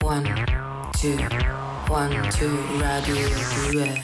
1, 2, Radio 2.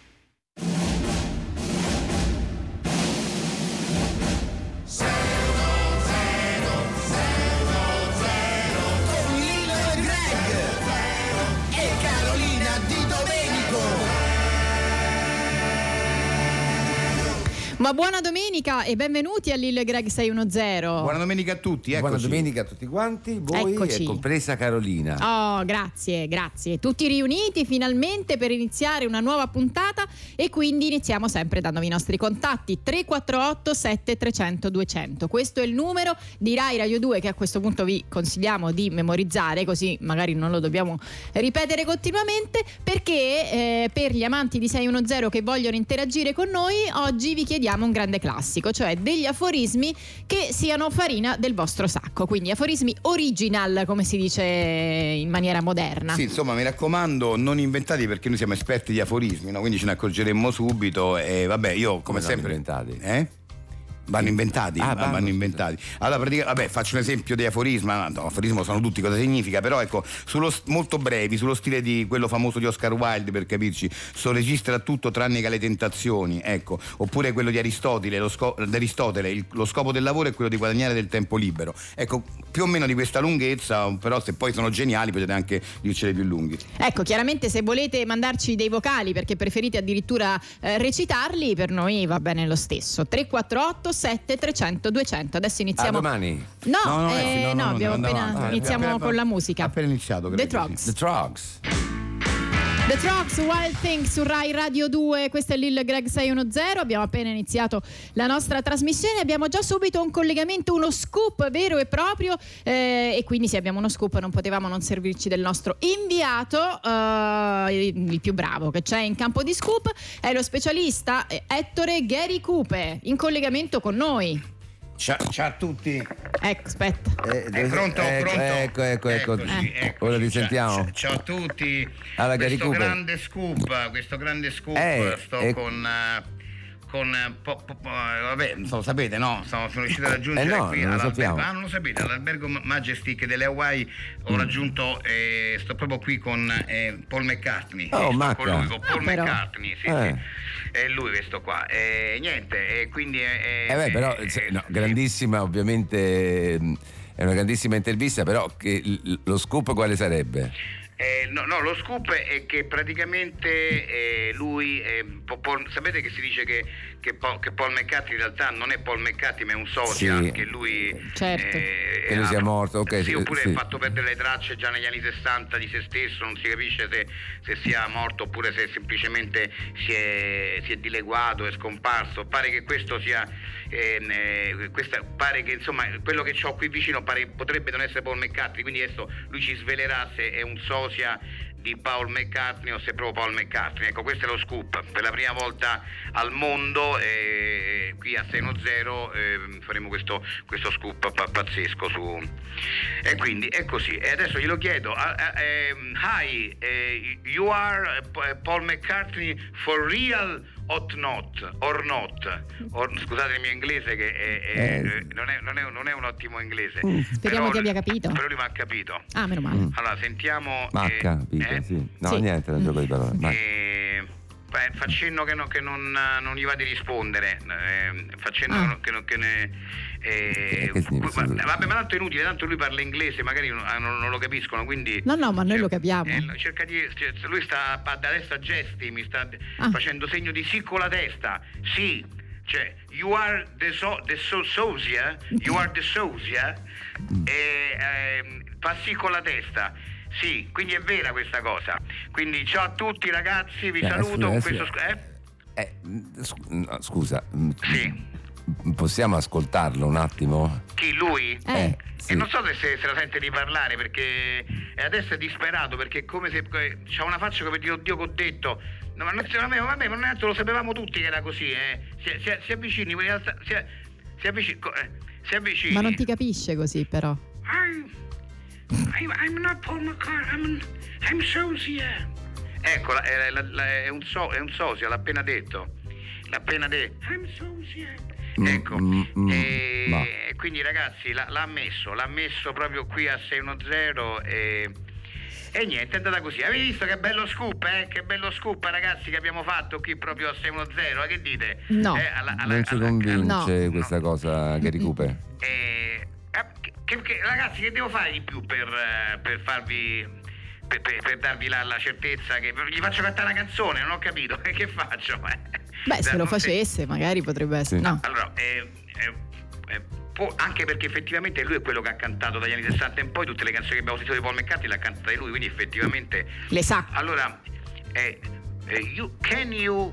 Ma buona domenica e benvenuti a Lil Greg 610. Buona domenica a tutti, eccoci. Buona domenica a tutti quanti, voi Eccoci. e compresa Carolina. Oh, grazie. Tutti riuniti finalmente per iniziare una nuova puntata e quindi iniziamo sempre dandovi i nostri contatti 348 7300 200. Questo è il numero di Rai Radio 2 che a questo punto vi consigliamo di memorizzare, così magari non lo dobbiamo ripetere continuamente, perché per gli amanti di 610 che vogliono interagire con noi oggi vi chiediamo un grande classico, cioè degli aforismi che siano farina del vostro sacco, quindi aforismi original, come si dice in maniera moderna. Sì, insomma, mi raccomando, non inventati, perché noi siamo esperti di aforismi, no? Quindi ce ne accorgeremmo subito e vabbè, io come sempre inventati. Vanno inventati, vanno inventati. Allora, faccio un esempio di aforisma. No, aforismo sono tutti, cosa significa? Però ecco, molto brevi, sullo stile di quello famoso di Oscar Wilde, per capirci, registra tutto tranne che le tentazioni, ecco. Oppure quello di Aristotele, lo scopo del lavoro è quello di guadagnare del tempo libero. Ecco, più o meno di questa lunghezza, però se poi sono geniali potete anche dirceli più lunghi. Ecco, chiaramente se volete mandarci dei vocali perché preferite addirittura recitarli, per noi va bene lo stesso. 348 7300 200. Adesso iniziamo. Domani? No, abbiamo appena iniziamo con la musica. Appena iniziato, The credo. Trogs, Wild Things su Rai Radio 2. Questo è Lil Greg 610. Abbiamo appena iniziato la nostra trasmissione. Abbiamo già subito un collegamento, uno scoop vero e proprio. E quindi se abbiamo uno scoop non potevamo non servirci del nostro inviato, il più bravo che c'è in campo di scoop. È lo specialista Ettore Gary Coupe, in collegamento con noi. Ciao a tutti. Ecco, aspetta. Pronto? Ecco. Eccoci. Ora li sentiamo. Ciao a tutti. Alla Gary questo Coupe. Questo grande scoop. Sto vabbè, lo sapete, no? Sono riuscito a raggiungere qui non lo sappiamo. non lo sapete, all'albergo Majestic delle Hawaii ho raggiunto, sto proprio qui con Paul McCartney. Oh, con lui, con Paul McCartney, sì. È lui questo qua. Niente, quindi però grandissima, ovviamente è una grandissima intervista, però lo scoop quale sarebbe? No, lo scoop è che praticamente lui sapete che si dice che Paul McCartney in realtà non è Paul McCartney ma è un social, sì. Che lui certo. Che lui sia morto, ok. Sì, oppure sì. ha fatto perdere le tracce già negli anni 60 di se stesso, non si capisce se sia morto oppure se semplicemente si è dileguato, è scomparso. Pare che questo sia pare che insomma quello che ho qui vicino potrebbe non essere Paul McCartney, quindi adesso lui ci svelerà se è un sosia di Paul McCartney o se è proprio Paul McCartney. Ecco, questo è lo scoop. Per la prima volta al mondo qui a 610 faremo questo scoop pazzesco su. E quindi è così. E adesso glielo chiedo. Hi, you are Paul McCartney for real or not? Scusate il mio inglese che non è un ottimo inglese. Speriamo che abbia capito. Però lui mi ha capito. Ah, meno male. Allora sentiamo. Capito, sì. No, sì. niente, non gioco di parole. Fa cenno che non gli va di rispondere. Fa cenno che vabbè, ma tanto è inutile, tanto lui parla inglese, magari non lo capiscono, quindi No, ma noi lo capiamo. cerca lui sta da destra gesti, mi sta facendo segno di sì con la testa. Sì, cioè you are the sosia, you are the sosia, fa sì con la testa. Sì, quindi è vera questa cosa. Quindi ciao a tutti ragazzi, vi saluto con questo scusa. Sì. Possiamo ascoltarlo un attimo? Chi, lui? Sì. E non so se la sente di parlare, perché adesso è disperato, perché è come se c'ha una faccia come dire oddio che ho detto. No, ma vabbè, ma non lo sapevamo tutti che era così, si avvicini, si avvicini. Ma non ti capisce così, però. I'm not Paul McCartney, I'm sosia. Ecco, è un sosia, l'ha appena detto. I'm sosia. Ecco, quindi ragazzi l'ha ammesso proprio qui a 610 E niente, è andata così. Avete visto che bello scoop, Che bello scoop, ragazzi, che abbiamo fatto qui proprio a 610, che dite? No. Non ci convince questa cosa, Gary Cooper. Ragazzi, che devo fare di più per farvi... Per darvi la certezza che gli faccio cantare una canzone, non ho capito. Che faccio? Beh, se lo facesse magari potrebbe essere. Sì. No. Allora, anche perché effettivamente lui è quello che ha cantato dagli anni 60 in poi tutte le canzoni che abbiamo sentito di Paul McCartney le ha cantate lui, quindi effettivamente le sa. Allora, can you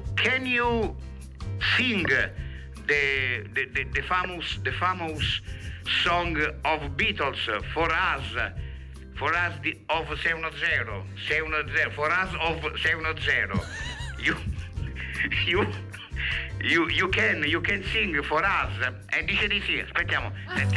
sing the famous song of Beatles for us of 610 for us of 610 you can sing for us, e dice di sì. Sentiamo.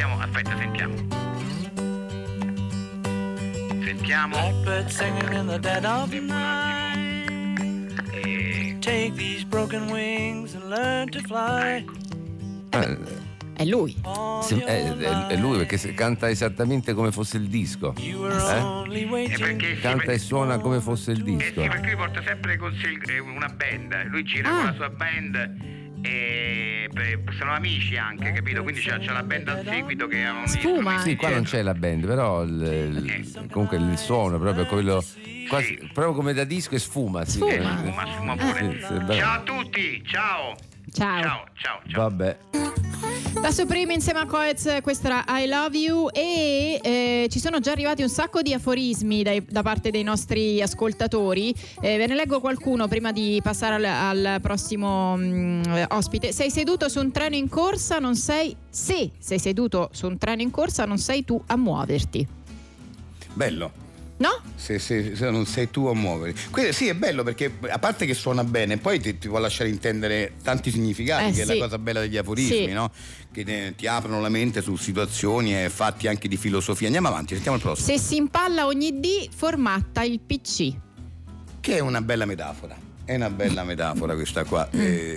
Blackbird singing in the dead of night. Take these broken wings and learn to fly. È lui. Sì, è lui, perché canta esattamente come fosse il disco. Canta e suona come fosse il disco. Sì, perché lui porta sempre con sé una band, lui gira con la sua band e sono amici anche, capito? Quindi c'è la band al seguito che ha un sfuma. Sì, qua non c'è la band, però comunque il suono proprio quello quasi, proprio come da disco, e sfuma. Sfuma pure. Sì, ciao a tutti, ciao. Vabbè. Da Supreme insieme a Coez, questa era I Love You, e ci sono già arrivati un sacco di aforismi da parte dei nostri ascoltatori. Ve ne leggo qualcuno prima di passare al prossimo ospite. Sei seduto su un treno in corsa, non sei... Se sei seduto su un treno in corsa, non sei tu a muoverti. Bello. No? Se non sei tu a muovere. Quindi, sì, è bello perché a parte che suona bene, poi ti può lasciare intendere tanti significati, che è la cosa bella degli aforismi, sì, no? Che ti aprono la mente su situazioni e fatti anche di filosofia. Andiamo avanti, sentiamo il prossimo. Se si impalla ogni D, formatta il PC. Che è una bella metafora. È una bella metafora questa qua.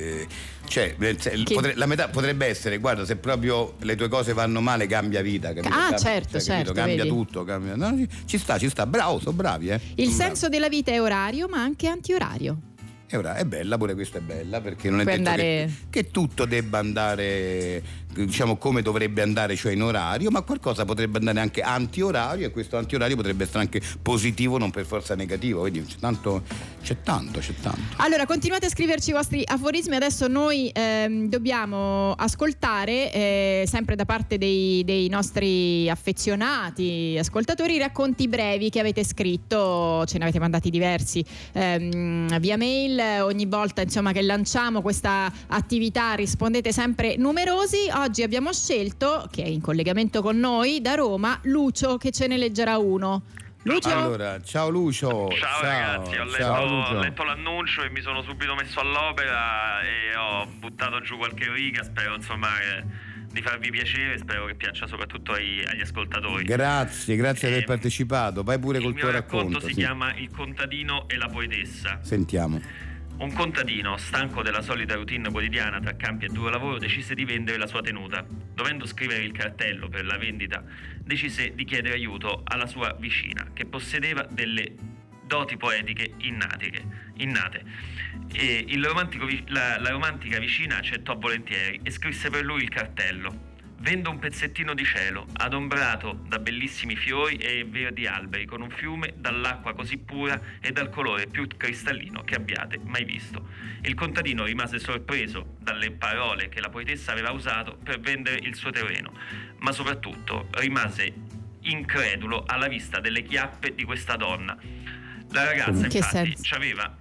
La metà potrebbe essere, guarda, se proprio le tue cose vanno male, cambia vita, capito? Certo, cambia vedi. tutto, cambia. No, ci sta, bravo, sono bravi, Il senso della vita è orario, ma anche antiorario. È bella, pure questa è bella, perché non è Puoi detto andare... che tutto debba andare, diciamo, come dovrebbe andare, cioè in orario, ma qualcosa potrebbe andare anche antiorario, e questo antiorario potrebbe essere anche positivo, non per forza negativo. Quindi c'è tanto. Allora, continuate a scriverci i vostri aforismi. Adesso noi dobbiamo ascoltare, sempre da parte dei nostri affezionati ascoltatori, racconti brevi che avete scritto. Ce ne avete mandati diversi via mail. Ogni volta, insomma, che lanciamo questa attività rispondete sempre numerosi. Oggi abbiamo scelto, che è in collegamento con noi da Roma, Lucio, che ce ne leggerà uno. Lucio? Allora, ciao Lucio. Ciao ragazzi, ho letto l'annuncio e mi sono subito messo all'opera e ho buttato giù qualche riga. Spero, insomma, di farvi piacere, spero che piaccia soprattutto agli ascoltatori. Grazie di aver partecipato. Vai pure col tuo racconto. Il mio racconto si chiama Il contadino e la poetessa. Sentiamo. Un contadino, stanco della solita routine quotidiana tra campi e duro lavoro, decise di vendere la sua tenuta. Dovendo scrivere il cartello per la vendita, decise di chiedere aiuto alla sua vicina, che possedeva delle doti poetiche innate. E la romantica vicina accettò volentieri e scrisse per lui il cartello. Vendo un pezzettino di cielo, adombrato da bellissimi fiori e verdi alberi, con un fiume dall'acqua così pura e dal colore più cristallino che abbiate mai visto. Il contadino rimase sorpreso dalle parole che la poetessa aveva usato per vendere il suo terreno, ma soprattutto rimase incredulo alla vista delle chiappe di questa donna. La ragazza infatti c'aveva...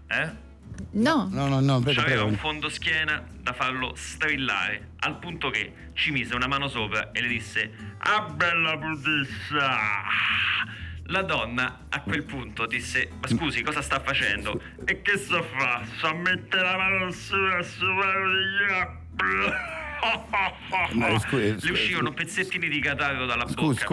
No, c'aveva un fondoschiena da farlo strillare, al punto che ci mise una mano sopra e le disse: "Ah, bella poetessa!" La donna a quel punto disse: "Ma scusi, cosa sta facendo?" "E che sto fa? Sto mettere la mano sopra le chiappe." Le uscivano pezzettini di catarro dalla bocca.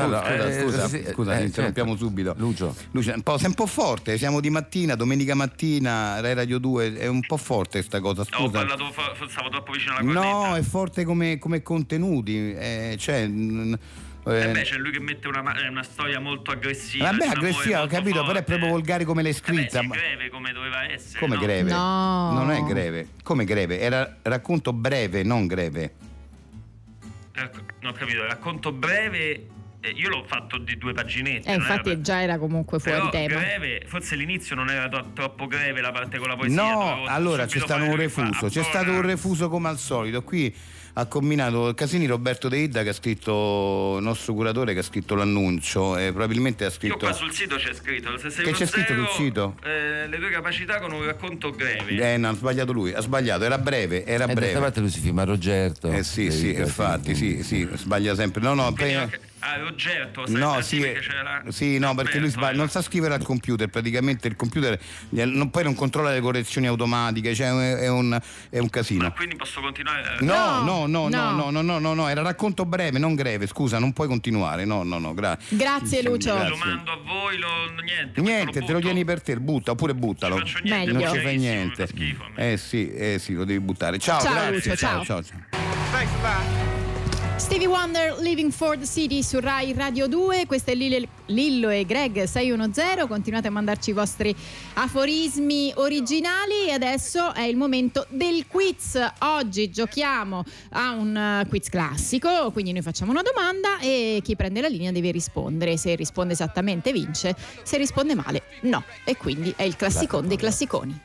Scusa, interrompiamo subito. Lucio, sei un po' forte, siamo di mattina, domenica mattina, Rai Radio 2, è un po' forte sta cosa, scusa. Ho parlato, stavo troppo vicino alla cornetta. No, è forte come contenuti, c'è lui che mette una storia molto aggressiva. Vabbè, aggressiva, ho capito, forte. però è proprio volgare come l'hai scritta. Vabbè, sì, greve come doveva essere. Come no? greve? No. Non è greve. Come greve? Era racconto breve, non greve. Non ho capito, racconto breve. Io l'ho fatto di 2 paginette. Infatti già era comunque fuori però tema. Greve, forse l'inizio non era troppo greve la parte con la poesia. No, allora c'è stato un refuso. C'è stato un refuso come al solito. Qui ha combinato Casini Roberto De Ida, che ha scritto, il nostro curatore, che ha scritto l'annuncio, e probabilmente ha scritto. Io qua sul sito c'è scritto. Che c'è scritto sul sito? Le tue capacità con un racconto breve. No, ha sbagliato lui, ha sbagliato, era breve. D'altra parte lui si firma Rogerto. Sì, infatti, sì, sbaglia sempre. No, Rogerto, no, perché lui sbaglia, non sa scrivere al computer, praticamente il computer poi non controlla le correzioni automatiche, cioè è un casino. Ma quindi posso continuare? No, era racconto breve, non greve, scusa, non puoi continuare. No, Grazie Lucio. Lo mando a voi, niente, te lo tieni per te, butta, oppure buttalo. Non faccio niente, Meglio. Non ci fai niente. Schifo, sì, lo devi buttare. Ciao, grazie. Lucio, ciao. Ciao. Stevie Wonder, Living for the City su Rai Radio 2. Questo è Lillo e Greg 610. Continuate a mandarci i vostri aforismi originali e adesso è il momento del quiz. Oggi giochiamo a un quiz classico, quindi noi facciamo una domanda e chi prende la linea deve rispondere. Se risponde esattamente vince, se risponde male no, e quindi è il classicone dei classiconi.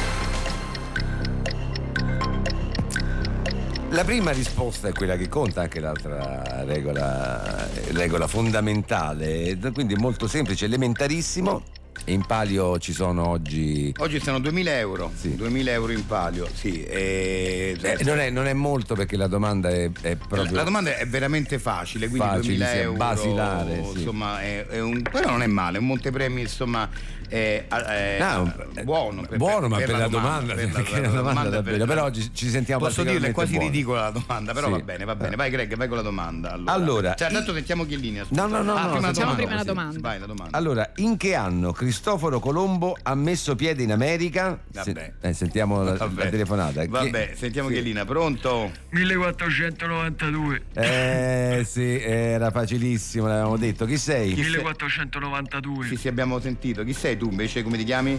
La prima risposta è quella che conta, anche l'altra regola fondamentale, quindi molto semplice, elementarissimo. E in palio ci sono oggi sono 2.000 euro. Sì. 2.000 euro in palio, sì. Non è molto, perché la domanda è proprio. La domanda è veramente facile, quindi 2.000 euro. Basilare, sì. Insomma, però non è male, un montepremi, insomma. Buono, ma per la domanda, perché la domanda davvero. Però oggi ci sentiamo. Posso dirle, è quasi buono. ridicola la domanda, però sì. va bene. Vai Greg, vai con la domanda. Allora tanto sentiamo chi è in linea. No, Facciamo prima la domanda. Vai, la domanda. Allora, in che anno Cristoforo Colombo ha messo piede in America? Sentiamo la telefonata. Sentiamo chi è in linea. Pronto? 1492. Sì, era facilissimo, l'avevamo detto. Chi sei? 1492. Sì, abbiamo sentito. Chi sei tu invece, come ti chiami?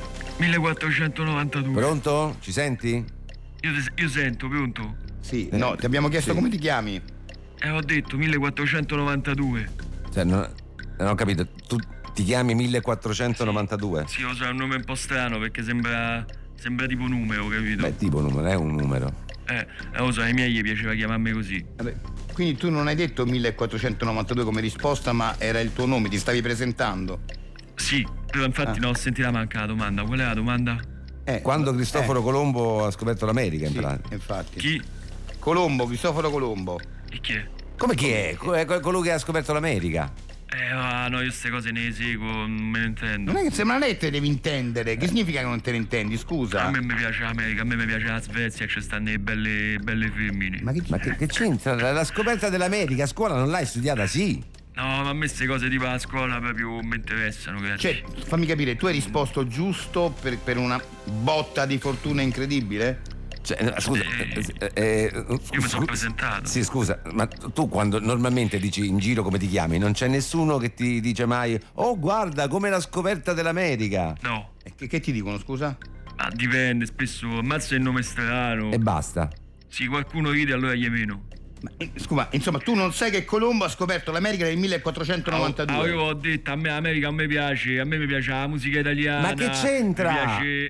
1492. Pronto? Ci senti? Io sento, pronto? Sì, no, ti abbiamo chiesto come ti chiami. Ho detto 1492. Cioè, non ho capito, tu ti chiami 1492? Sì, è un nome un po' strano, perché sembra tipo numero, capito? Beh, tipo numero, è un numero. Ai miei gli piaceva chiamarmi così. Vabbè, quindi tu non hai detto 1492 come risposta, ma era il tuo nome, ti stavi presentando. Sì, però infatti non ho sentito manca la domanda. Qual è la domanda? Quando Cristoforo Colombo ha scoperto l'America, in pratica. Infatti. Chi? Cristoforo Colombo. E chi è? Come chi è? Quello che ha scoperto l'America. No, io queste cose ne seguo, non me ne intendo. Non è che sembra lei te devi intendere. Che significa che non te ne intendi, scusa? A me mi piace l'America, a me mi piace la Svezia, ci stanno le belle femmine. Ma che c'entra? La scoperta dell'America a scuola non l'hai studiata, sì? No, ma a me queste cose tipo a scuola proprio mi interessano. Cioè, fammi capire, tu hai risposto giusto per una botta di fortuna incredibile? Cioè, scusa, io mi sono presentato. Sì, scusa, ma tu quando normalmente dici in giro come ti chiami, non c'è nessuno che ti dice mai: oh, guarda, come la scoperta dell'America? No. Che ti dicono, scusa? Ma dipende, spesso ammazza il nome strano. E basta. Sì, qualcuno ride, allora gli meno. Scusa, insomma, tu non sai che Colombo ha scoperto l'America nel 1492? Io ho detto, a me l'America mi piace la musica italiana. Ma che c'entra? Mi piace.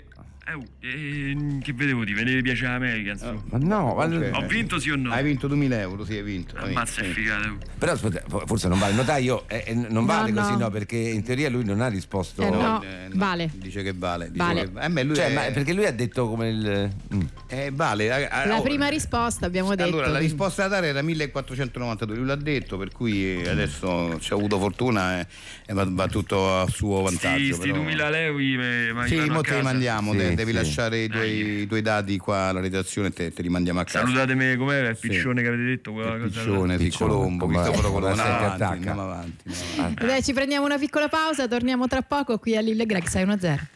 Che vedevo di vedere piace l'America, insomma. Ma no, Okay. Ho vinto, sì o no? Hai vinto 2.000 euro, sì, hai vinto. Ammazza, è figato. Però aspetta, forse non vale. Notaio, non vale no. così, no, perché in teoria lui non ha risposto. No, vale. Dice che vale. Vale. Lui cioè, ma perché lui ha detto come il. Vale. La prima risposta abbiamo detto. Allora, la risposta da dare era 1492, lui l'ha detto, per cui adesso ci ha avuto fortuna e va tutto a suo vantaggio. Sì, sti 2.000 euro sì, mo te li mandiamo, Sì, devi lasciare i tuoi dati qua alla redazione e te li mandiamo a casa. Salutatemi, com'era il piccione che avete detto? Quella cosa Piccione, sì, Colombo, Cristoforo Colombo. Andiamo avanti. Dai, ci prendiamo una piccola pausa, torniamo tra poco qui a Lille e Greg 610.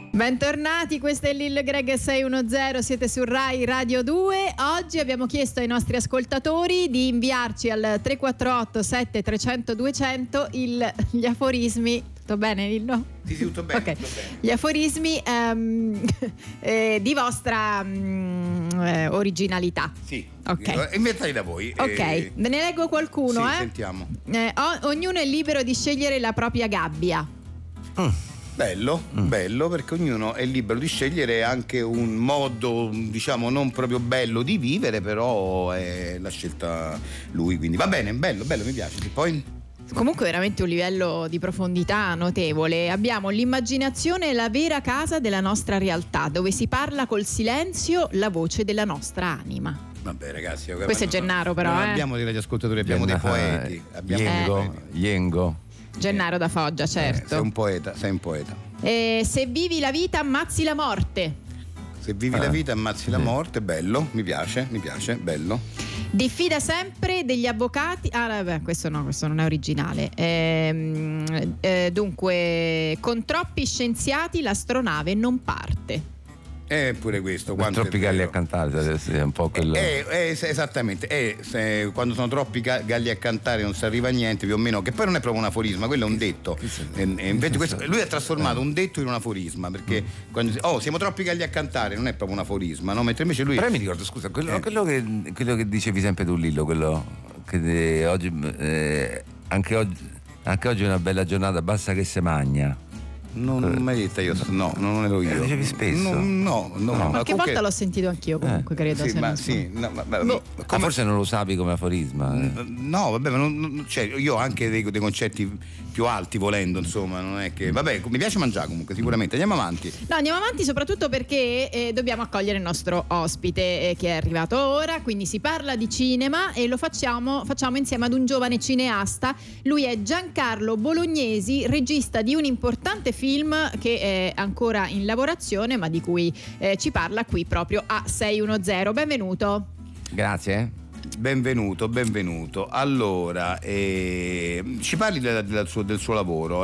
Bentornati, questo è Lil Greg 610, siete su Rai Radio 2. Oggi abbiamo chiesto ai nostri ascoltatori di inviarci al 348 7300 200 gli aforismi. Tutto bene, Lillo? Sì, tutto bene, okay. tutto bene. Gli aforismi di vostra originalità. Sì, ok. Inventati da voi. Ok, ne leggo qualcuno. Sì, sentiamo. Ognuno è libero di scegliere la propria gabbia. Bello, bello, perché ognuno è libero di scegliere anche un modo, diciamo, non proprio bello di vivere, però l'ha scelta lui, quindi va bene, bello, mi piace. E poi? Comunque veramente un livello di profondità notevole. Abbiamo l'immaginazione è la vera casa della nostra realtà, dove si parla col silenzio la voce della nostra anima. Vabbè ragazzi, questo è Gennaro però. Non abbiamo dei radioascoltatori, abbiamo dei poeti. Yengo. Gennaro da Foggia, certo. Sei un poeta. Se vivi la vita ammazzi la morte. Se vivi la vita ammazzi la morte, bello, mi piace, bello. Diffida sempre degli avvocati. Questo non è originale. Dunque, con troppi scienziati l'astronave non parte. Pure questo, quanto troppi galli a cantare, è un po' quello. Esattamente, quando sono troppi galli a cantare non si arriva a niente, più o meno, che poi non è proprio un aforisma, quello è un detto. Invece lui ha trasformato un detto in un aforisma, perché quando siamo troppi galli a cantare non è proprio un aforisma, no? Mentre invece lui. Però mi ricordo, scusa, quello che dicevi sempre tu, Lillo, quello che oggi anche oggi è una bella giornata, basta che se magna. Non l'ho mai detta io, no, non ero io. Lo dicevi spesso? No. Qualche volta l'ho sentito anch'io, comunque credo. Forse non lo usavi come aforisma. No, vabbè, ma io ho anche dei concetti più alti volendo, insomma, non è che. Vabbè, mi piace mangiare comunque, sicuramente. Andiamo avanti. No, andiamo avanti soprattutto perché dobbiamo accogliere il nostro ospite che è arrivato ora, quindi si parla di cinema e lo facciamo insieme ad un giovane cineasta. Lui è Giancarlo Bolognesi, regista di un importante film che è ancora in lavorazione, ma di cui ci parla qui proprio a 610. Benvenuto. Grazie. Benvenuto. Allora, ci parli del suo lavoro?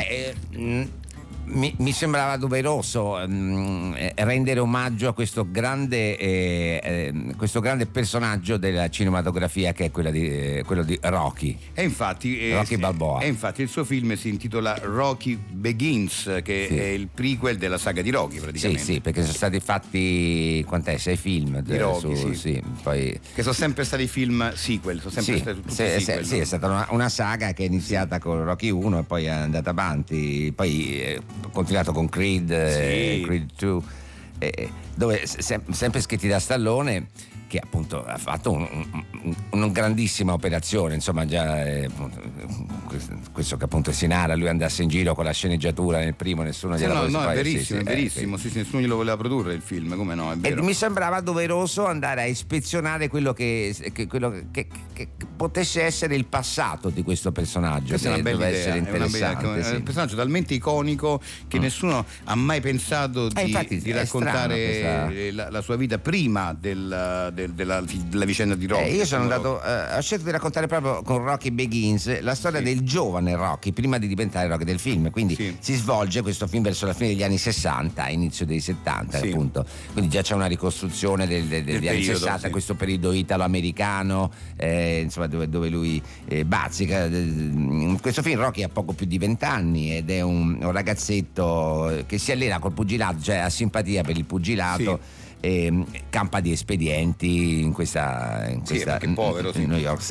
Mi sembrava doveroso rendere omaggio a questo grande personaggio della cinematografia che è quello di Rocky. E infatti Rocky Balboa. E infatti il suo film si intitola Rocky Begins, che è il prequel della saga di Rocky, praticamente. Sì, perché sono stati fatti 6 film di Rocky, poi che sono sempre stati film sequel, sono sempre stati tutti sequel. Sì, è stata una saga che è iniziata con Rocky 1 e poi è andata avanti, poi continuato con Creed, Creed 2, dove sempre scritti da Stallone, che appunto ha fatto una grandissima operazione, insomma, già questo che appunto si narra, lui andasse in giro con la sceneggiatura nel primo, nessuno gliela voleva fare. È verissimo, nessuno glielo voleva produrre il film, come no, è vero. E mi sembrava doveroso andare a ispezionare quello che potesse essere il passato di questo personaggio. Questa è una bella idea, essere interessante, è un personaggio talmente iconico che nessuno ha mai pensato di raccontare la sua vita prima della vicenda di Rocky. Io sono andato, ho scelto di raccontare proprio con Rocky Begins la storia del giovane Rocky prima di diventare Rocky del film, quindi si svolge questo film verso la fine degli anni 60, inizio dei 70 appunto, quindi già c'è una ricostruzione degli anni 60, questo periodo italo-americano, insomma, dove lui bazzica. In questo film Rocky ha poco più di 20 anni ed è un ragazzetto che si allena col pugilato, cioè ha simpatia per il pugilato. Campa di espedienti in questa perché povero, New York,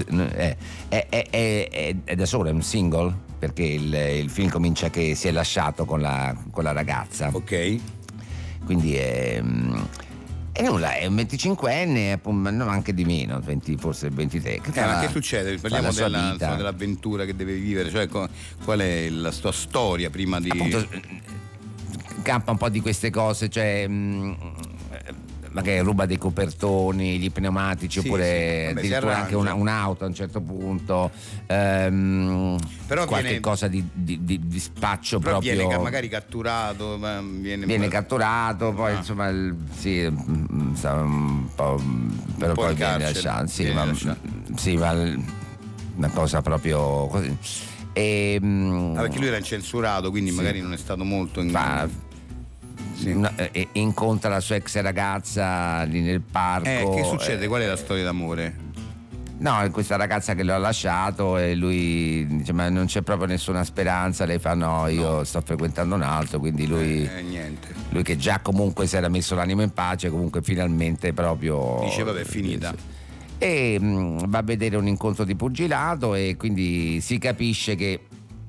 è da solo, è un single, perché il film comincia che si è lasciato con la ragazza, ok, quindi è nulla, è un 25enne, no, anche di meno, 20, forse 23. Ma che succede? Parliamo dell'avventura che deve vivere, cioè qual è la sua storia prima di. Appunto, campa un po' di queste cose, cioè magari ruba dei copertoni, gli pneumatici, oppure addirittura anche un'auto a un certo punto, però qualche cosa di spaccio, però proprio viene magari catturato, viene catturato, poi insomma sta un po', però poi viene lasciato, ma una cosa proprio così. Perché lui era incensurato, quindi magari non è stato molto incontra la sua ex ragazza lì nel parco. Che succede? Qual è la storia d'amore? No, questa ragazza che lo ha lasciato e lui dice ma non c'è proprio nessuna speranza, lei fa no, io sto frequentando un altro, quindi lui niente. Lui che già comunque si era messo l'animo in pace, comunque finalmente proprio dice vabbè, è finita. E va a vedere un incontro di pugilato e quindi si capisce che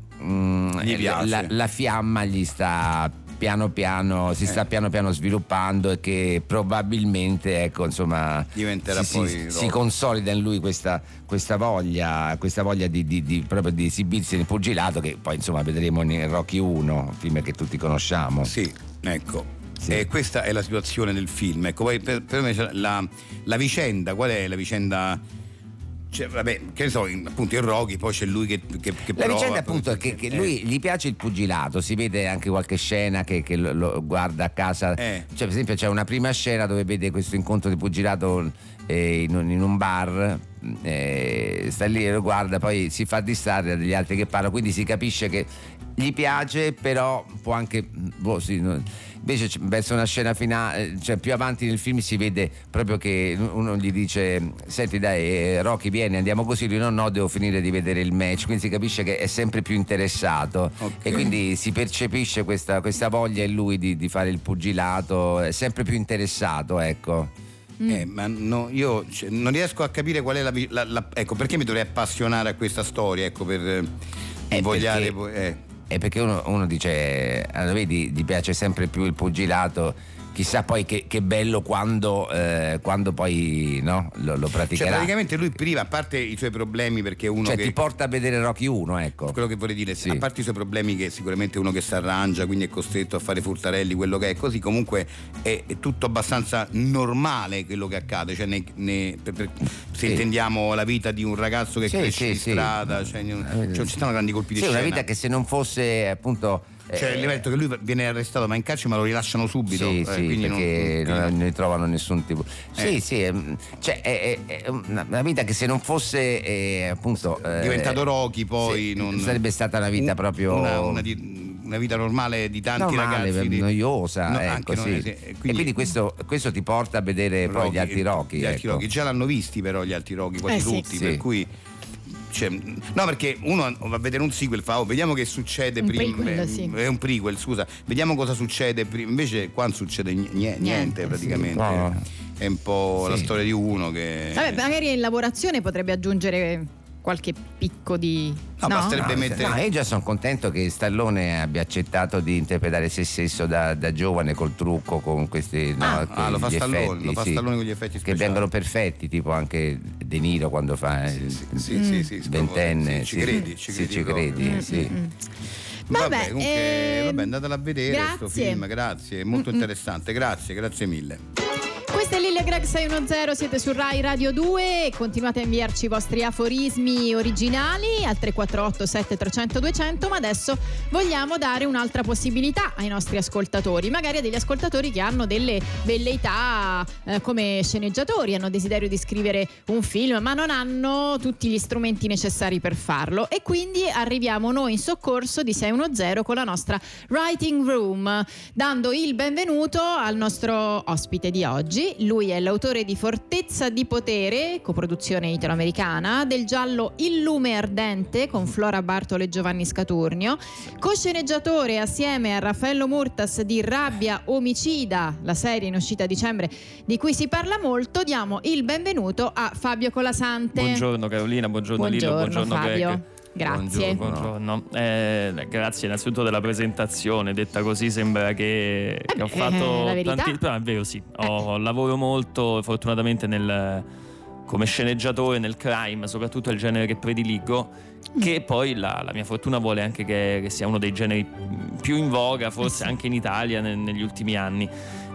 la fiamma gli sta piano piano sviluppando e che probabilmente, ecco, insomma, diventerà si consolida in lui questa voglia proprio di esibirsi nel pugilato, che poi insomma vedremo in Rocky 1, film che tutti conosciamo. Sì, ecco. Sì. Questa è la situazione del film. Ecco, poi per me la vicenda, qual è la vicenda? Cioè, vabbè, che ne so, appunto il Rocky, poi c'è lui che la prova, vicenda appunto è che lui gli piace il pugilato, si vede anche qualche scena che lo guarda a casa, cioè per esempio c'è una prima scena dove vede questo incontro di pugilato in un bar, sta lì e lo guarda, poi si fa distrarre dagli altri che parlano, quindi si capisce che gli piace, però può anche invece verso una scena finale, cioè più avanti nel film si vede proprio che uno gli dice senti dai Rocky vieni andiamo così, lui no devo finire di vedere il match, quindi si capisce che è sempre più interessato, e quindi si percepisce questa voglia in lui di fare il pugilato, è sempre più interessato, ecco. Ma no, io non riesco a capire qual è ecco, perché mi dovrei appassionare a questa storia, ecco, per invogliare perché uno dice vedi, gli piace sempre più il pugilato, chissà poi che bello quando poi no, lo praticherà. Cioè praticamente lui prima, a parte i suoi problemi, perché uno che ti porta a vedere Rocky 1, ecco. Quello che vorrei dire, sì. A parte i suoi problemi, che sicuramente uno che si arrangia, quindi è costretto a fare furtarelli, quello che è così, comunque è tutto abbastanza normale quello che accade, cioè se intendiamo la vita di un ragazzo che cresce in strada, cioè non ci stanno grandi colpi di scena. Una vita che se non fosse appunto cioè il livello che lui viene arrestato ma in carcere, ma lo rilasciano subito, quindi perché non ne trovano nessun tipo cioè è una vita che se non fosse appunto diventato Rocky poi non sarebbe stata una vita proprio una vita normale di tanti ragazzi noiosa, ecco, e quindi questo ti porta a vedere poi gli altri Rocky, Rocky già l'hanno visti però gli altri Rocky quasi tutti, per cui no, perché uno va a vedere un sequel, fa vediamo che succede prima, è un prequel, scusa, vediamo cosa succede prima, invece qua non succede niente praticamente. È un po' la storia di uno che magari in lavorazione potrebbe aggiungere qualche picco di basterebbe mettere. Io già sono contento che Stallone abbia accettato di interpretare se stesso da giovane col trucco, con questi lo fa Stallone con gli effetti speciali che vengono perfetti, tipo anche De Niro quando fa il ventenne. Ci credi. Vabbè, comunque andatela a vedere questo film, grazie, è molto interessante, grazie mille. Questa è Lillia Greg 610, siete su Rai Radio 2 e continuate a inviarci i vostri aforismi originali al 348 7300 200, ma adesso vogliamo dare un'altra possibilità ai nostri ascoltatori, magari a degli ascoltatori che hanno delle velleità come sceneggiatori, hanno desiderio di scrivere un film ma non hanno tutti gli strumenti necessari per farlo, e quindi arriviamo noi in soccorso di 610 con la nostra Writing Room, dando il benvenuto al nostro ospite di oggi. Lui è l'autore di Fortezza di Potere, coproduzione italo-americana, del giallo Il lume ardente con Flora Bartolo e Giovanni Scaturnio, co-sceneggiatore assieme a Raffaello Murtas di Rabbia Omicida, la serie in uscita a dicembre di cui si parla molto. Diamo il benvenuto a Fabio Colasante. Buongiorno Carolina, buongiorno Lillo, buongiorno Fabio. Greg. Grazie. Buongiorno. Grazie innanzitutto della presentazione. Detta così sembra che ho fatto tanti. È vero, sì. Lavoro molto, fortunatamente, come sceneggiatore nel crime, soprattutto il genere che prediligo, che poi la mia fortuna vuole anche che sia uno dei generi più in voga, forse anche in Italia negli ultimi anni.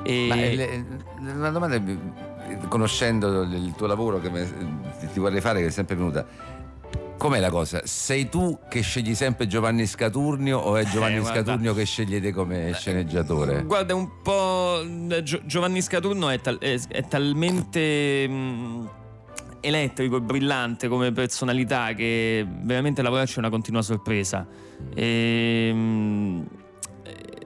Una domanda, conoscendo il tuo lavoro, che ti vorrei fare, che è sempre venuta. Com'è la cosa? Sei tu che scegli sempre Giovanni Scaturnio o è Giovanni Scaturnio che sceglie te come sceneggiatore? Guarda, un po' Giovanni Scaturnio è talmente elettrico e brillante come personalità che veramente lavorarci è una continua sorpresa.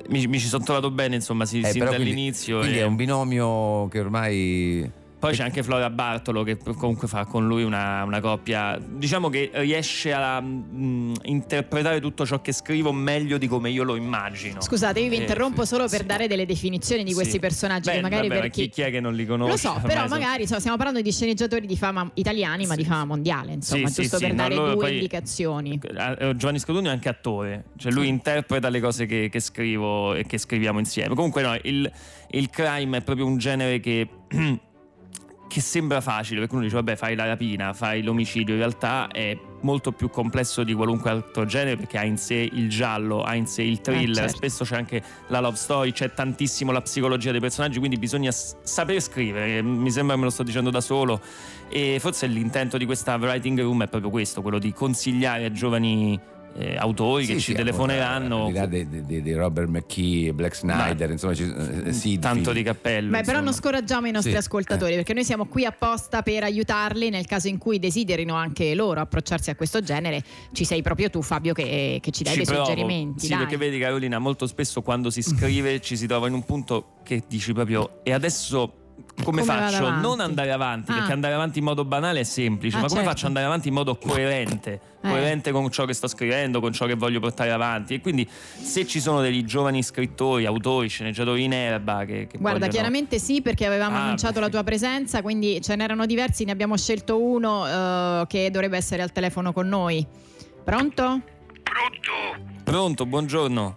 mi ci sono trovato bene, insomma, sin dall'inizio. Quindi è un binomio che ormai... Poi c'è anche Flora Bartolo che comunque fa con lui una coppia, diciamo che riesce a interpretare tutto ciò che scrivo meglio di come io lo immagino. Scusate, io vi interrompo solo per dare delle definizioni di questi personaggi che magari per chi è che non li conosce? Lo so, però magari stiamo parlando di sceneggiatori di fama italiani, ma di fama mondiale, insomma, giusto per dare due indicazioni. Giovanni Scodugno è anche attore, cioè lui interpreta le cose che scrivo e che scriviamo insieme. Comunque no, il crime è proprio un genere che sembra facile, perché uno dice vabbè, fai la rapina, fai l'omicidio, in realtà è molto più complesso di qualunque altro genere, perché ha in sé il giallo, ha in sé il thriller, spesso c'è anche la love story, c'è tantissimo la psicologia dei personaggi, quindi bisogna saper scrivere. Mi sembra che me lo sto dicendo da solo, e forse l'intento di questa writing room è proprio questo, quello di consigliare a giovani autori che ci telefoneranno, di Robert McKee, Black Snyder, insomma, tanto di cappello. Beh, però non scoraggiamo i nostri ascoltatori, perché noi siamo qui apposta per aiutarli nel caso in cui desiderino anche loro approcciarsi a questo genere. Ci sei proprio tu, Fabio, che ci dai dei suggerimenti. Sì, perché vedi, Carolina, molto spesso quando si scrive ci si trova in un punto che dici proprio e adesso come faccio? Non andare avanti, perché andare avanti in modo banale è semplice, ma come faccio ad andare avanti in modo coerente con ciò che sto scrivendo, con ciò che voglio portare avanti? E quindi se ci sono dei giovani scrittori, autori, sceneggiatori in erba che guarda, chiaramente sì, perché avevamo annunciato la tua presenza, quindi ce n'erano diversi, ne abbiamo scelto uno che dovrebbe essere al telefono con noi. Pronto? Pronto, buongiorno.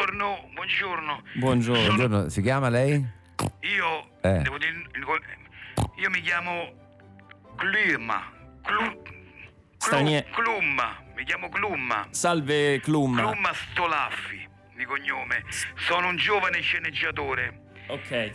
Buongiorno, si chiama lei? Io devo dire, io mi chiamo Klumma. Mi chiamo Klumma. Salve Klumma. Klumma Stolaffi di cognome. Sono un giovane sceneggiatore. Ok.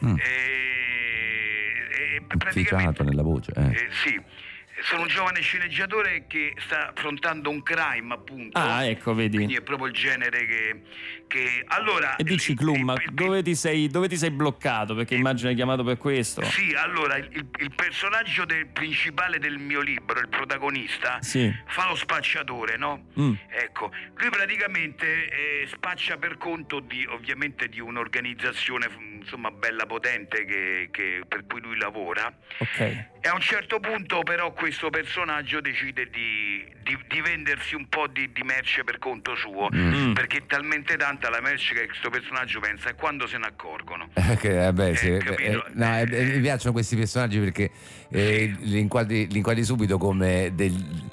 Praticamente nella voce. Sì. Sono un giovane sceneggiatore che sta affrontando un crime, appunto. Ecco, vedi. Quindi è proprio il genere che allora. E dici, Klumma, dove ti sei bloccato? Perché immagino hai chiamato per questo. Sì, allora il personaggio principale del mio libro, il protagonista, fa lo spacciatore, no? Ecco, lui praticamente spaccia per conto ovviamente di un'organizzazione, insomma, bella potente per cui lui lavora. Ok. E a un certo punto però questo personaggio decide di vendersi un po' di merce per conto suo, perché è talmente tanta la merce che questo personaggio pensa, e quando se ne accorgono? Mi piacciono questi personaggi perché li inquadri subito come degli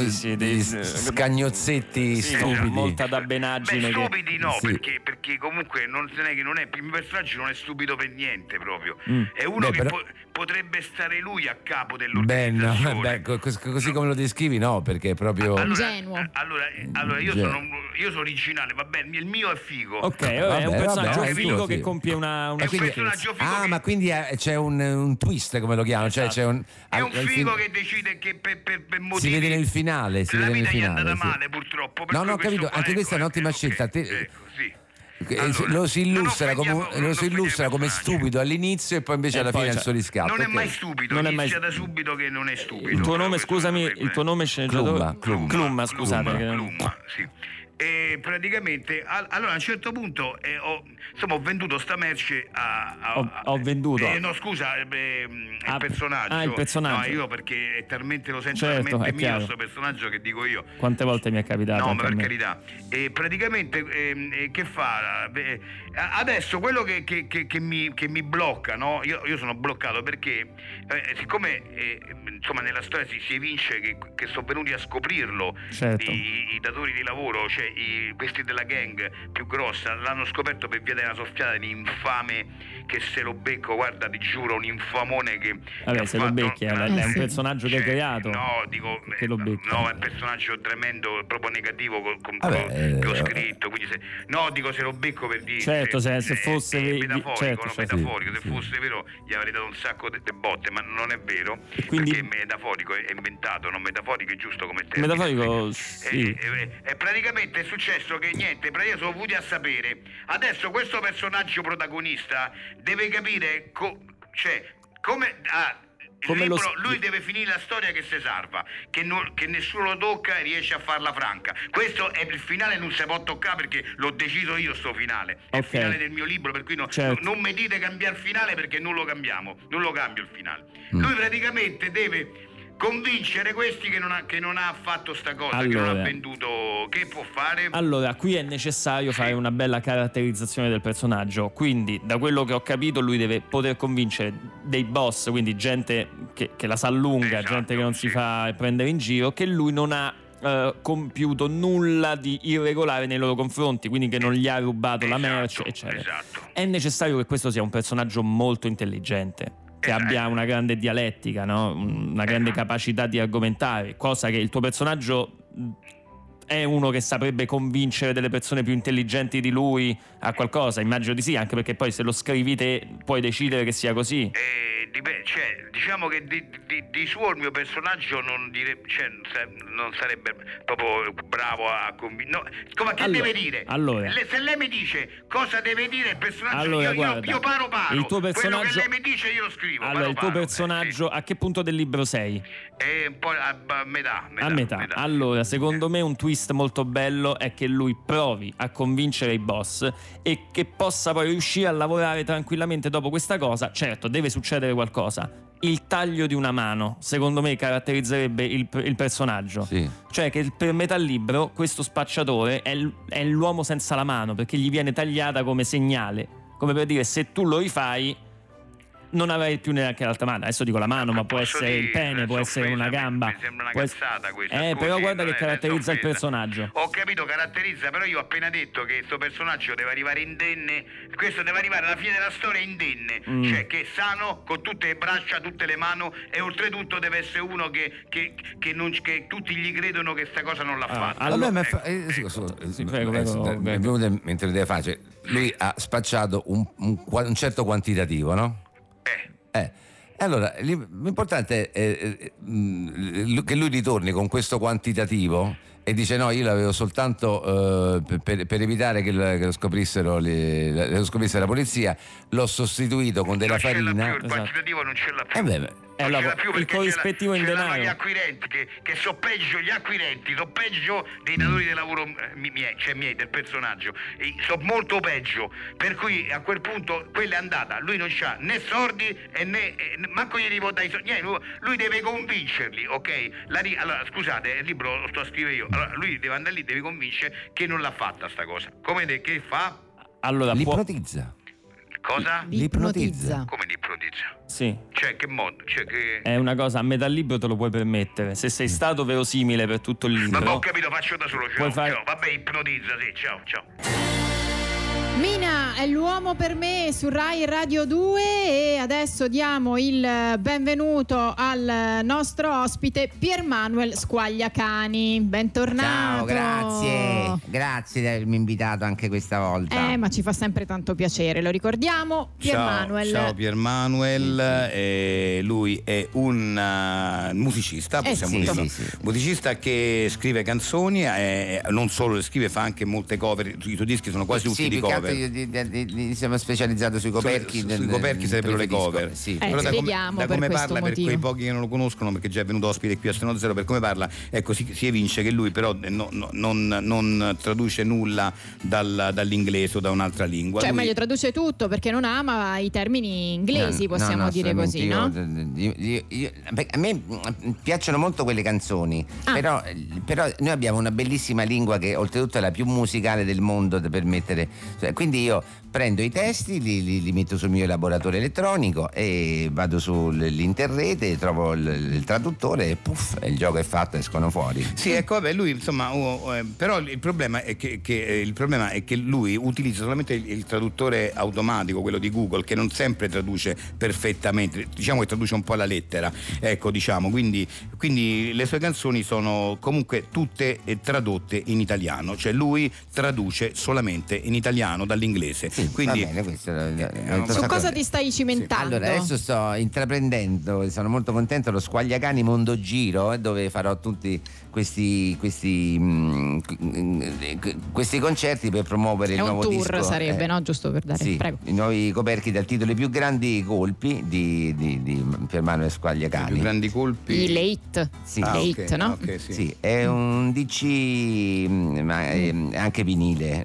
scagnozzetti stupidi. Molta dabbenaggine. Stupidi no, perché comunque il mio personaggio non è stupido per niente proprio. È uno che potrebbe stare lui a capo dell'organizzazione. Così come lo descrivi, no, perché è proprio ingenuo. Allora io sono originale, va bene, il mio è figo. Ok, è un personaggio figo che compie una è un personaggio figo. Ma quindi c'è un twist, come lo chiamano, cioè c'è è un figo che decide che per motivi si vede nel finale, la vita gli è andata male, purtroppo. No, ho capito, anche questa è un'ottima scelta. Lo si illustra come stupido all'inizio e poi invece alla fine è il suo riscatto. Non è mai stupido, inizia da subito che non è stupido. Il tuo nome, scusami, il tuo nome è sceneggiatore? Klumma, scusate. Sì. E praticamente allora a un certo punto ho venduto sta merce ho venduto no scusa il personaggio. Il personaggio. No, io perché lo sento talmente mio questo personaggio che dico io. Quante volte mi è capitato? No, ma per carità. E praticamente che fa? Adesso quello che mi blocca, no? Io sono bloccato perché siccome insomma nella storia si evince che sono venuti a scoprirlo i datori di lavoro, cioè questi della gang più grossa, l'hanno scoperto per via della soffiata di infame che se lo becco, guarda, ti giuro, un infamone che se lo becchi è un personaggio che hai creato. No, dico che lo becchi. No, è un personaggio tremendo, proprio negativo che ho scritto, quindi se lo becco per dire se fosse metaforico, se fosse vero gli avrei dato un sacco di botte, ma non è vero, quindi, perché è metaforico, è inventato, non metaforico, è giusto come termine. Metaforico, sì. E praticamente è successo che niente, praticamente sono venuti a sapere. Adesso questo personaggio protagonista deve capire come lui deve finire la storia che si salva, che nessuno lo tocca e riesce a farla franca. Questo è il finale, non si può toccare perché l'ho deciso io sto finale. È il finale del mio libro, per cui non mi dite cambiare il finale perché non lo cambiamo, non lo cambio il finale. Lui praticamente deve convincere questi che non ha fatto sta cosa, che non ha venduto. Che può fare? Allora, qui è necessario fare una bella caratterizzazione del personaggio, quindi da quello che ho capito lui deve poter convincere dei boss, quindi gente che la sa lunga, gente che non si fa prendere in giro, che lui non ha compiuto nulla di irregolare nei loro confronti, quindi che non gli ha rubato la merce, eccetera. È necessario che questo sia un personaggio molto intelligente, che abbia una grande dialettica, no? Una grande capacità di argomentare, cosa che il tuo personaggio è uno che saprebbe convincere delle persone più intelligenti di lui a qualcosa. Immagino di sì, anche perché poi se lo scrivi te puoi decidere che sia così. Diciamo che di suo il mio personaggio non sarebbe proprio bravo a convincere. Che deve dire? Allora, se lei mi dice cosa deve dire il personaggio, io paro. Il tuo personaggio, quello che lei mi dice io lo scrivo. Allora, il tuo personaggio, a che punto del libro sei? Un po' a metà. A metà. Allora, secondo me un twist molto bello è che lui provi a convincere i boss e che possa poi riuscire a lavorare tranquillamente dopo questa cosa. Certo, deve succedere qualcosa. Il taglio di una mano, secondo me, caratterizzerebbe il personaggio. Sì. Cioè che per metà libro questo spacciatore è l'uomo senza la mano, perché gli viene tagliata come segnale, come per dire: se tu lo rifai non avrai più neanche l'altra mano. Adesso dico la mano, ma può essere il pene, può essere una gamba. Mi sembra una cazzata questa. Però guarda che caratterizza il personaggio. Ho capito, caratterizza, però io ho appena detto che questo personaggio deve arrivare indenne. Questo deve arrivare alla fine della storia indenne. Cioè che è sano, con tutte le braccia, tutte le mani, e oltretutto deve essere uno che tutti gli credono che sta cosa non l'ha fatta. Allora, mi è venuto mentre deve fare. Lui ha spacciato un certo quantitativo, no? Allora, l'importante è che lui ritorni con questo quantitativo e dice: no, io l'avevo soltanto per evitare che lo scoprisse la polizia, l'ho sostituito con della farina. Il quantitativo non ce l'ha più. Il corrispettivo in denaro. Gli acquirenti che so peggio, gli acquirenti sono peggio dei datori di lavoro miei, del personaggio, sono molto peggio, per cui a quel punto quella è andata, lui non c'ha né soldi e né manco gli può dare i soldi, lui deve convincerli, ok? Allora scusate, il libro lo sto a scrivere io, allora lui deve andare lì, deve convincere che non l'ha fatta sta cosa. Che fa? Allora l'ipnotizza. Cosa? L'ipnotizza. Come l'ipnotizza? Sì. Cioè, che modo? È una cosa, a metà libro te lo puoi permettere. Se sei stato verosimile per tutto il libro. Ma ho capito, faccio da solo. Ciao. Vabbè, ipnotizza, sì, ciao. Mina è l'uomo per me su Rai Radio 2 e adesso diamo il benvenuto al nostro ospite Piermanuel Squagliacani. Bentornato. Ciao, grazie di avermi invitato anche questa volta. Ma ci fa sempre tanto piacere, lo ricordiamo. Piermanuel. Ciao Piermanuel, lui è un musicista, possiamo dirlo. Sì. Musicista che scrive canzoni, non solo le scrive, fa anche molte cover, i suoi dischi sono quasi tutti di cover. Siamo specializzato sui coperchi. Sui coperchi sarebbero le cover. Sì. Però da come parla, per quei pochi che non lo conoscono, perché già è venuto ospite qui a Steno Zero, per come parla, ecco, si evince che lui però non traduce nulla dall'inglese o da un'altra lingua. Cioè, meglio traduce tutto perché non ama i termini inglesi, possiamo dire così, no? A me piacciono molto quelle canzoni, però noi abbiamo una bellissima lingua che oltretutto è la più musicale del mondo per mettere. Quindi io prendo i testi, li metto sul mio elaboratore elettronico e vado sull'interrete, trovo il traduttore e puff, il gioco è fatto, escono fuori. Sì, ecco, vabbè, lui insomma, però il problema è che lui utilizza solamente il traduttore automatico, quello di Google, che non sempre traduce perfettamente, diciamo che traduce un po' alla lettera, ecco, diciamo, quindi le sue canzoni sono comunque tutte tradotte in italiano, cioè lui traduce solamente in italiano dall'inglese. Sì, quindi va bene, questo su cosa ti stai cimentando? Allora, adesso sto intraprendendo, sono molto contento, lo Squagliacani Mondogiro, dove farò tutti questi concerti per promuovere il nuovo disco. È un tour sarebbe, no? Giusto per dare, sì, prego. I nuovi coperchi dal titolo I più grandi colpi di Pier Manuel Squagliacani. I più grandi colpi. I Late. Sì. Late, no? Okay, sì. Sì, è un DC ma anche vinile.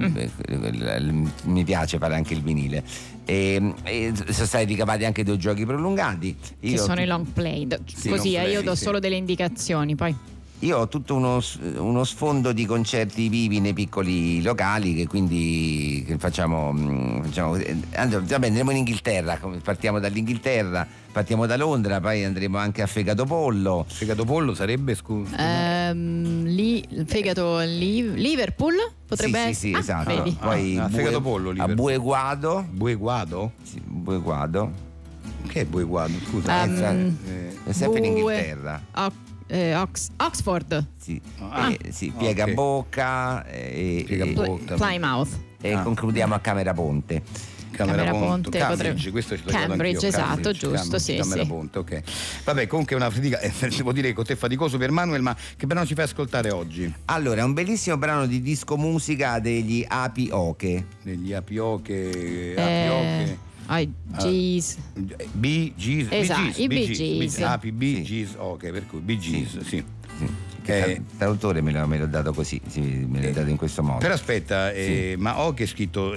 Mi piace fare anche il vinile. E sono stati ricavati anche 2 giochi prolungati. Che sono i long played. Sì, così long play, io do sì. solo delle indicazioni, poi. Io ho tutto uno sfondo di concerti vivi nei piccoli locali che quindi facciamo andremo in Inghilterra, partiamo dall'Inghilterra, partiamo da Londra, poi andremo anche a Fegato Pollo. Fegato Pollo sarebbe, scusa? Fegato Liverpool potrebbe essere. Sì, esatto. Vedi. Poi Fegato Pollo a Bueguado. Bueguado? Sì, Bueguado. Che è Bueguado? Scusa. È sempre in Inghilterra. Oxford. Sì, Piegabocca Plymouth. E concludiamo a Camera Ponte. Camera Ponte Cambridge, questo ce l'ho Cambridge, esatto, Cambridge, giusto, sì, Camera sì. Ponte, ok. Vabbè, comunque è una fatica, devo dire che con te faticoso per Manuel, ma che brano ci fai ascoltare oggi? Allora, è un bellissimo brano di disco musica degli Api Oche. Degli Api Oche. Bee Gees. Esatto, i Bee Gees. Api Bee Gees, ok, per cui Bee Gees, sì. Il traduttore me l'ho dato così, me l'ha dato in questo modo. Però aspetta, ma Oche è scritto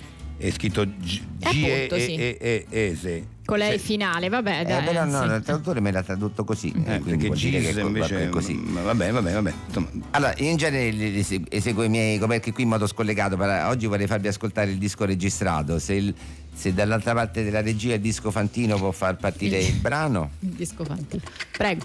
G-E-E-E-E-S. Con lei finale, vabbè, dai. Però no, sì. il traduttore me l'ha tradotto così. Perché Gees invece è così. Vabbè. Insomma. Allora, in genere eseguo i miei coperchi qui in modo scollegato. Oggi vorrei farvi ascoltare il disco registrato. Se dall'altra parte della regia il disco Fantino può far partire il brano. Il disco Fantino. Prego.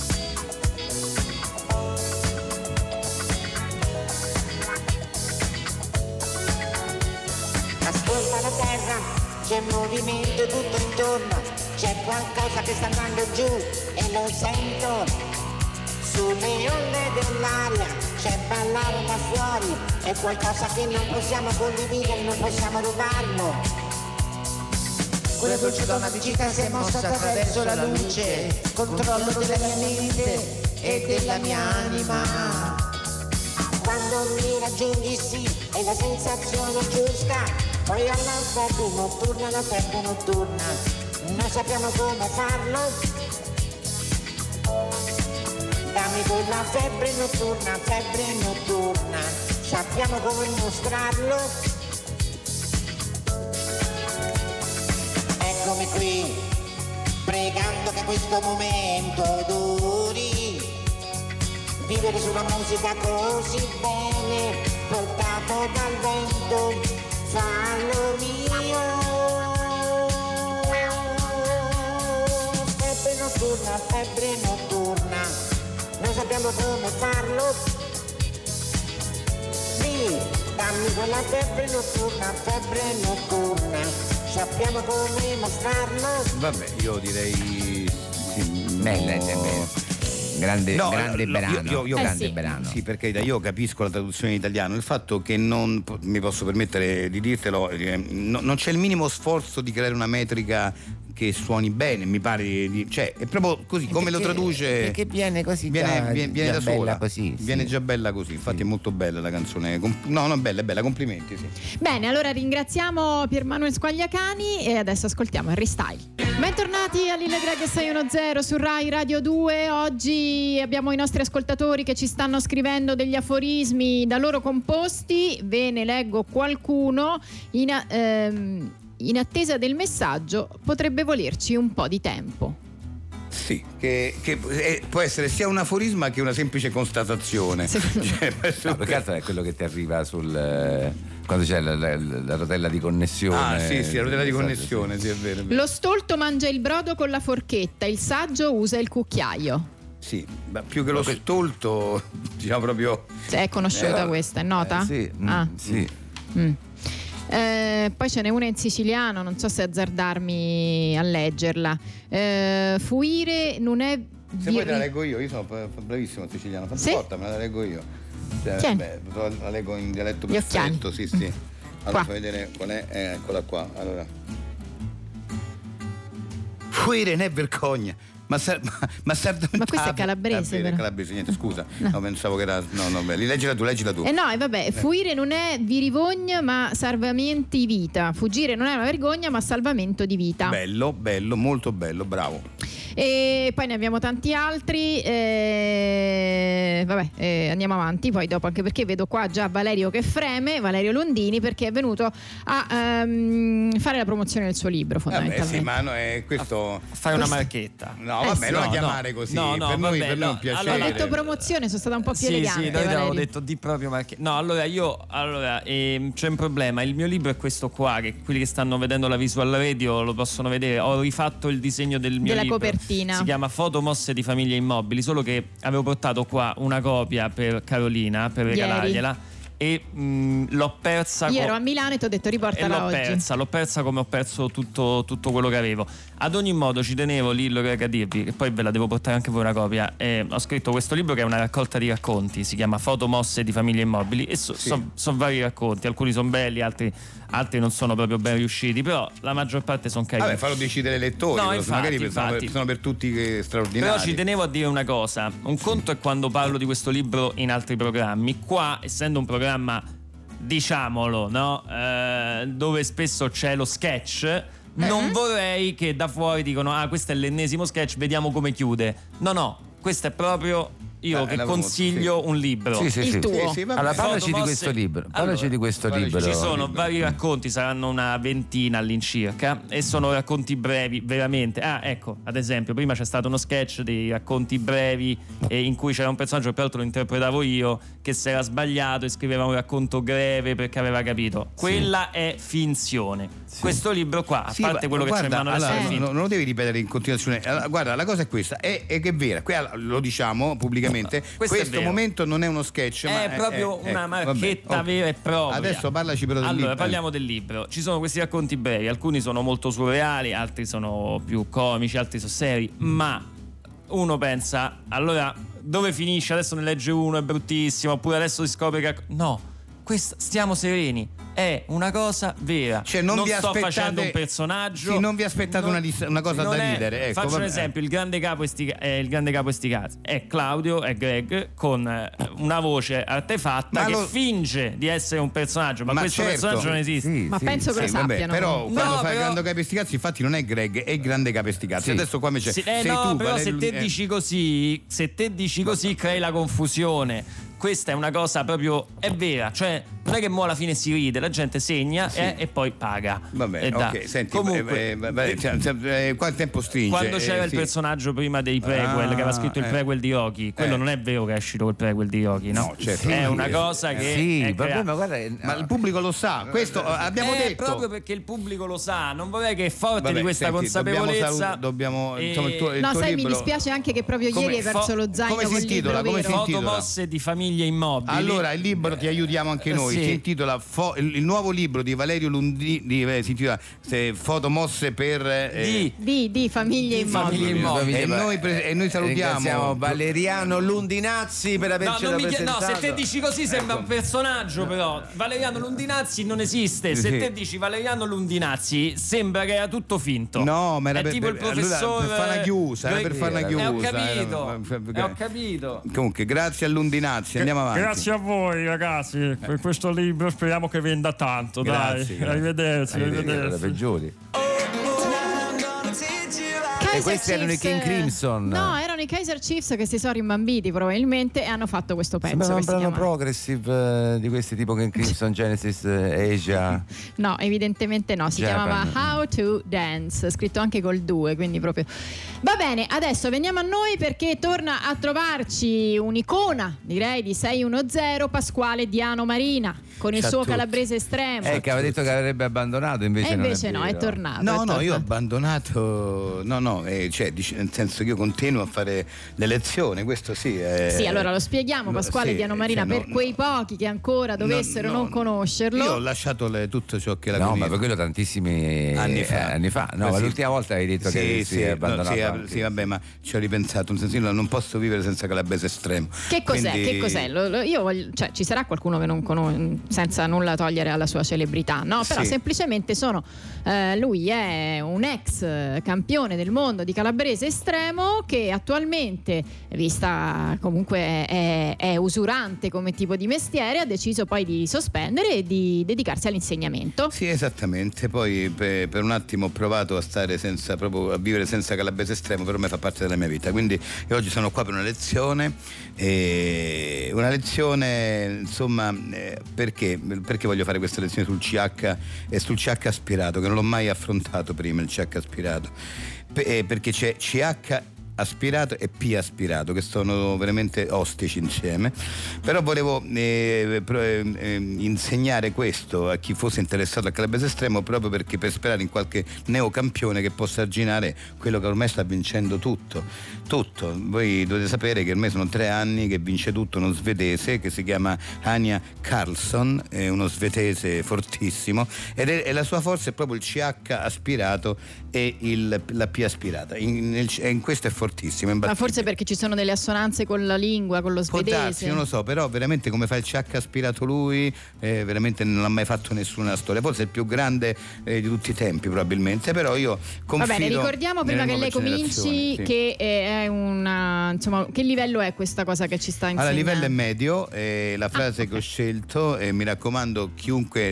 Ascolta la terra, c'è movimento tutto intorno, c'è qualcosa che sta andando giù e lo sento. Sulle onde dell'aria c'è ballare da fuori, è qualcosa che non possiamo condividere, non possiamo rubarlo. Quella dolce donna di città si è mossa attraverso la luce, controllo della mia mente e della mia anima. Quando mi raggiungi sì, è la sensazione giusta, poi alla febbre notturna, non sappiamo come farlo. Dammi quella febbre notturna, sappiamo come mostrarlo. Eccomi qui, pregando che questo momento duri, vivere sulla musica così bene, portato dal vento, fallo mio. Febbre notturna, non sappiamo come farlo. Sì, dammi quella febbre notturna, sappiamo come mostrarlo. Vabbè, io direi Bella, grande brano. Grande brano. Sì, perché io capisco la traduzione in italiano. Il fatto che non mi posso permettere di dirtelo, non c'è il minimo sforzo di creare una metrica che suoni bene, mi pare cioè è proprio così come lo traduce, perché viene così, viene da sola così, viene già bella così. Infatti è molto bella la canzone. No, bella, complimenti, sì. Bene, allora ringraziamo Pier Manuel Squagliacani e adesso ascoltiamo Harry Styles. Bentornati a Lille Greg 610 su Rai Radio 2. Oggi abbiamo i nostri ascoltatori che ci stanno scrivendo degli aforismi da loro composti. Ve ne leggo qualcuno. In attesa del messaggio potrebbe volerci un po' di tempo. Sì, che può essere sia un aforisma che una semplice constatazione. Perché altro è quello che ti arriva quando c'è la rotella di connessione. Sì, la rotella di connessione, sì, è vero. Lo stolto mangia il brodo con la forchetta, il saggio usa il cucchiaio. Sì, ma più che lo stolto, diciamo proprio. È conosciuta questa, è nota? Sì. Sì. Poi ce n'è una in siciliano, non so se azzardarmi a leggerla. Fuire non è. Se poi te la leggo io sono bravissimo in siciliano, me la leggo io. La leggo in dialetto perfetto, sì. Allora, fammi vedere qual è. Eccola qua. Allora. Fuire ne vergogna. Ma questa è calabrese, però. Calabrese, niente, scusa. No, pensavo che era. No, leggila tu. No, e vabbè, fuire non è vergogna, ma salvamenti vita. Fuggire non è una vergogna, ma salvamento di vita. Bello, molto bello, bravo. E poi ne abbiamo tanti altri. Andiamo avanti poi dopo, anche perché vedo qua già Valerio che freme, Valerio Londini, perché è venuto a fare la promozione del suo libro, fondamentalmente. Sì, ma questo fare una marchetta. No, vabbè, non la chiamare così. Per noi è un piacere. Allora, ho detto promozione, sono stata un po' più elegante. Sì, noi abbiamo detto di proprio marchetta. No, allora c'è un problema. Il mio libro è questo qua, che quelli che stanno vedendo la visual radio lo possono vedere. Ho rifatto il disegno del mio libro. Copertina. Si chiama Foto mosse di famiglie immobili, solo che avevo portato qua una copia per Carolina per regalargliela e l'ho persa. Io ero a Milano e ti ho detto riportala oggi. L'ho persa come ho perso tutto quello che avevo. Ad ogni modo ci tenevo lì a dirvi che poi ve la devo portare anche voi una copia. Ho scritto questo libro che è una raccolta di racconti, si chiama Foto mosse di famiglie immobili e sono vari racconti, alcuni sono belli, altri non sono proprio ben riusciti, però la maggior parte sono carini. Vabbè, farlo decidere i lettori, no, magari sono per tutti straordinari. Però ci tenevo a dire una cosa, un conto è quando parlo di questo libro in altri programmi, qua essendo un programma, diciamolo, no? Dove spesso c'è lo sketch, non vorrei che da fuori dicono questo è l'ennesimo sketch, vediamo come chiude. No, questo è proprio io che consiglio un libro. Il tuo. Allora parlaci di questo libro. Ci sono vari racconti, saranno una ventina all'incirca, e sono racconti brevi, veramente. Ecco, ad esempio, prima c'è stato uno sketch dei racconti brevi in cui c'era un personaggio, peraltro lo interpretavo io, che si era sbagliato e scriveva un racconto breve perché aveva capito. Quella è finzione. Questo libro qua, a parte quello che c'è in mano adesso, non lo devi ripetere in continuazione. Guarda, la cosa è questa, è che è vera. Qui lo diciamo pubblicamente, questo momento non è uno sketch, ma è proprio una marchetta vera e propria. Adesso parlaci però del libro. Allora, parliamo del libro. Ci sono questi racconti brevi, alcuni sono molto surreali, altri sono più comici, altri sono seri, ma uno pensa, allora dove finisce? Adesso ne legge uno, è bruttissimo, oppure adesso si scopre che stiamo sereni. È una cosa vera. Cioè non sto facendo un personaggio. Sì, non vi aspettate una cosa da ridere. Ecco, faccio un esempio: il grande capo e sti cazzi è Claudio, è Greg, con una voce artefatta che finge di essere un personaggio, ma questo personaggio non esiste. Ma penso che lo sappiano. Però quando fai il grande capo e sti cazzi, infatti non è Greg, è il grande capo e sti cazzi. Adesso qua c'è. Sei tu, però se te dici così, crei la confusione. Questa è una cosa proprio, è vera, cioè non è che mo alla fine si ride, la gente segna e poi paga. Vabbè, ok, senti, comunque, quanto tempo stringe? Quando c'era il personaggio prima dei prequel, che aveva scritto il prequel di Rocky, quello non è vero che è uscito il prequel di Rocky, no? Certo. È una cosa che ma il pubblico lo sa, questo abbiamo detto. Proprio perché il pubblico lo sa, non vorrei che forte di questa consapevolezza dobbiamo mi dispiace anche che proprio ieri hai perso lo zaino con il libro vero. Foto mosse di famiglie immobili. Allora il libro ti aiutiamo anche noi, si intitola il nuovo libro di Valerio Lundini, si intitola Foto mosse per di famiglie immobili. E noi salutiamo Valeriano Lundinazzi per averci rappresentato. No, se te dici così sembra un personaggio, però Valeriano Lundinazzi non esiste. Se te dici Valeriano Lundinazzi sembra che era tutto finto. No, ma era tipo il professore per fare una chiusa, Ho capito. Comunque grazie a Lundinazzi, andiamo avanti. Grazie a voi ragazzi per questo libro, speriamo che venda tanto. Grazie. Arrivederci. Peggiori. E questi erano i King Crimson. No, erano i Kaiser Chiefs che si sono rimbambiti probabilmente e hanno fatto questo pezzo. Sembra un brano progressive di questi tipo King Crimson, Genesis, Asia. No, evidentemente no, si chiamava How to Dance, scritto anche col 2, quindi proprio. Va bene, adesso veniamo a noi perché torna a trovarci un'icona, direi, di 610, Pasquale Diano Marina, con il suo calabrese estremo. Che aveva detto che avrebbe abbandonato, invece no, è tornato. No, io ho abbandonato. No, cioè, nel senso che io continuo a fare l'elezione, questo sì. Sì, allora lo spieghiamo, Pasquale Diano Marina, cioè, per quei pochi che ancora dovessero non conoscerlo. Io ho lasciato tutto ciò che la No, ma per quello tantissimi anni fa. No, ma l'ultima volta hai detto che si è abbandonato. Sì, vabbè, ma ci ho ripensato, nel senso, io non posso vivere senza Calabrese Estremo. Che cos'è? Quindi... Che cos'è? Io voglio, cioè, ci sarà qualcuno che non conosce, senza nulla togliere alla sua celebrità, no? Però semplicemente lui è un ex campione del mondo di Calabrese Estremo che attualmente, vista comunque è usurante come tipo di mestiere, ha deciso poi di sospendere e di dedicarsi all'insegnamento. Sì, esattamente. Poi per un attimo ho provato a stare proprio a vivere senza Calabrese Estremo, per me fa parte della mia vita. Quindi io oggi sono qua per una lezione, insomma, perché voglio fare questa lezione sul CH e sul CH aspirato, che non l'ho mai affrontato prima, il CH aspirato, perché c'è CH aspirato e P aspirato, che sono veramente ostici insieme. Però volevo insegnare questo a chi fosse interessato al Calabrese Estremo, proprio perché per sperare in qualche neocampione che possa arginare quello che ormai sta vincendo tutto. Voi dovete sapere che ormai sono 3 anni che vince tutto uno svedese che si chiama Anja Karlsson, è uno svedese fortissimo, e la sua forza è proprio il CH aspirato e la P aspirata. In questo è fortissimo. Ma forse perché ci sono delle assonanze con la lingua, con lo svedese. Può darsi, non lo so, però veramente come fa il CH aspirato lui, veramente non l'ha mai fatto nessuna storia. Forse è il più grande di tutti i tempi probabilmente, però io confido. Va bene, ricordiamo prima che lei cominci che è insomma, che livello è questa cosa che ci sta insegnando? Allora, livello è medio, la frase che ho scelto, mi raccomando, chiunque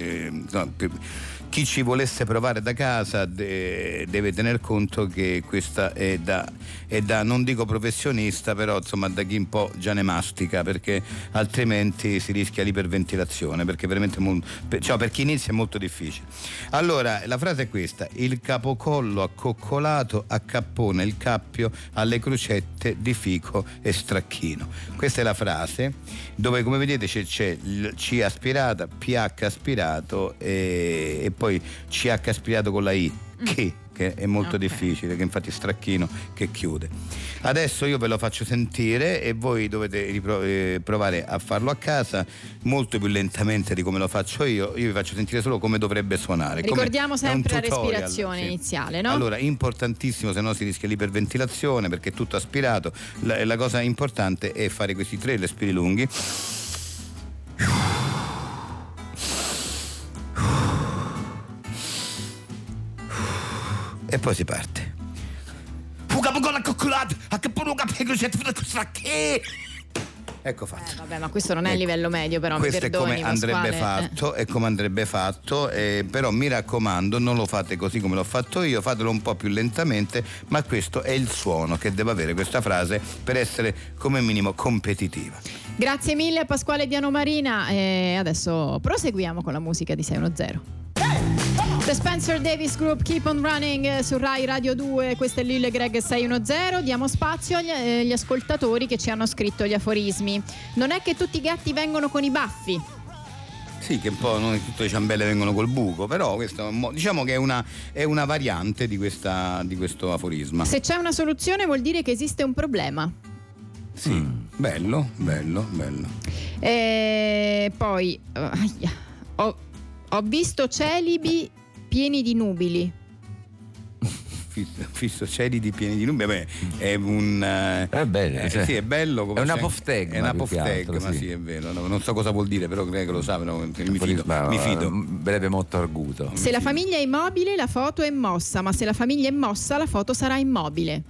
chi ci volesse provare da casa deve tener conto che questa è da non dico professionista, però insomma da chi un po' già ne mastica, perché altrimenti si rischia l'iperventilazione, perché veramente per chi inizia è molto difficile. Allora, la frase è questa: il capocollo accoccolato accappona il cappio alle crocette di fico e stracchino. Questa è la frase dove, come vedete, c'è il C aspirata, PH aspirato e poi CH aspirato con la I, che è molto difficile, che infatti stracchino che chiude. Adesso io ve lo faccio sentire e voi dovete provare a farlo a casa molto più lentamente di come lo faccio io vi faccio sentire solo come dovrebbe suonare. Ricordiamo sempre la respirazione iniziale, no? Allora, importantissimo, se no si rischia l'iperventilazione perché è tutto aspirato. La cosa importante è fare questi 3 respiri lunghi. E poi si parte. Ecco fatto. Vabbè, ma questo non è il livello medio, però questo mi perdoni, è come andrebbe fatto, però mi raccomando, non lo fate così come l'ho fatto io, fatelo un po' più lentamente, ma questo è il suono che deve avere questa frase per essere come minimo competitiva. Grazie mille a Pasquale Diano Marina e adesso proseguiamo con la musica di 610. The Spencer Davis Group, Keep on Running su Rai Radio 2, questo è Lille Greg 610. Diamo spazio agli ascoltatori che ci hanno scritto gli aforismi. Non è che tutti i gatti vengono con i baffi. Sì, che un po' non tutte le ciambelle vengono col buco, però questo diciamo che è una variante di questo aforisma. Se c'è una soluzione vuol dire che esiste un problema. Sì, bello. Poi ho visto celibi pieni di nubili. Visto celibi pieni di nubili, beh, è un sì, è bello come è un apoftegma. È un apoftegma, sì, è vero. Non so cosa vuol dire, però credo che lo sa, però mi fido. Breve motto arguto. Se la famiglia è immobile, la foto è mossa, ma se la famiglia è mossa, la foto sarà immobile.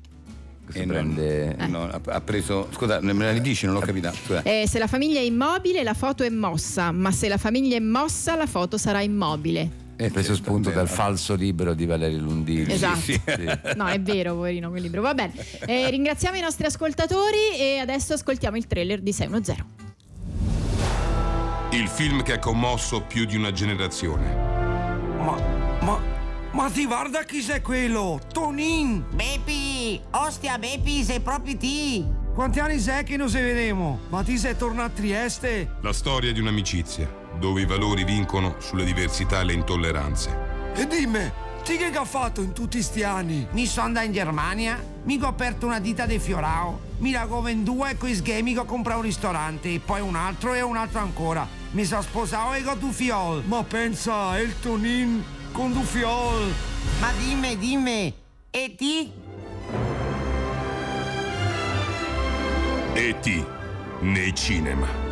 Ha preso, scusa, me la ridici, non l'ho capita. Se la famiglia è immobile, la foto è mossa, ma se la famiglia è mossa, la foto sarà immobile. È preso spunto dal falso libro di Valerio Lundini. Esatto. Sì. No, è vero, poverino, quel libro. Va bene. Ringraziamo i nostri ascoltatori e adesso ascoltiamo il trailer di 610. Il film che ha commosso più di una generazione. Ma ti guarda chi sei quello? Tonin! Bepi! Ostia, Bepi, sei proprio ti! Quanti anni sei che non se vedemo? Ma ti sei tornato a Trieste? La storia di un'amicizia, dove i valori vincono sulle diversità e le intolleranze. E dimmi, Ti che ha fatto in tutti sti anni? Mi sono andato in Germania, mi ho aperto una ditta di Fiorao, mi la venduto e con i schemi ho comprato un ristorante, e poi un altro ancora. Mi sono sposato e con due fiol. Ma pensa, il Tonin con due fiol. Ma dimmi, e ti? E.T. nei cinema.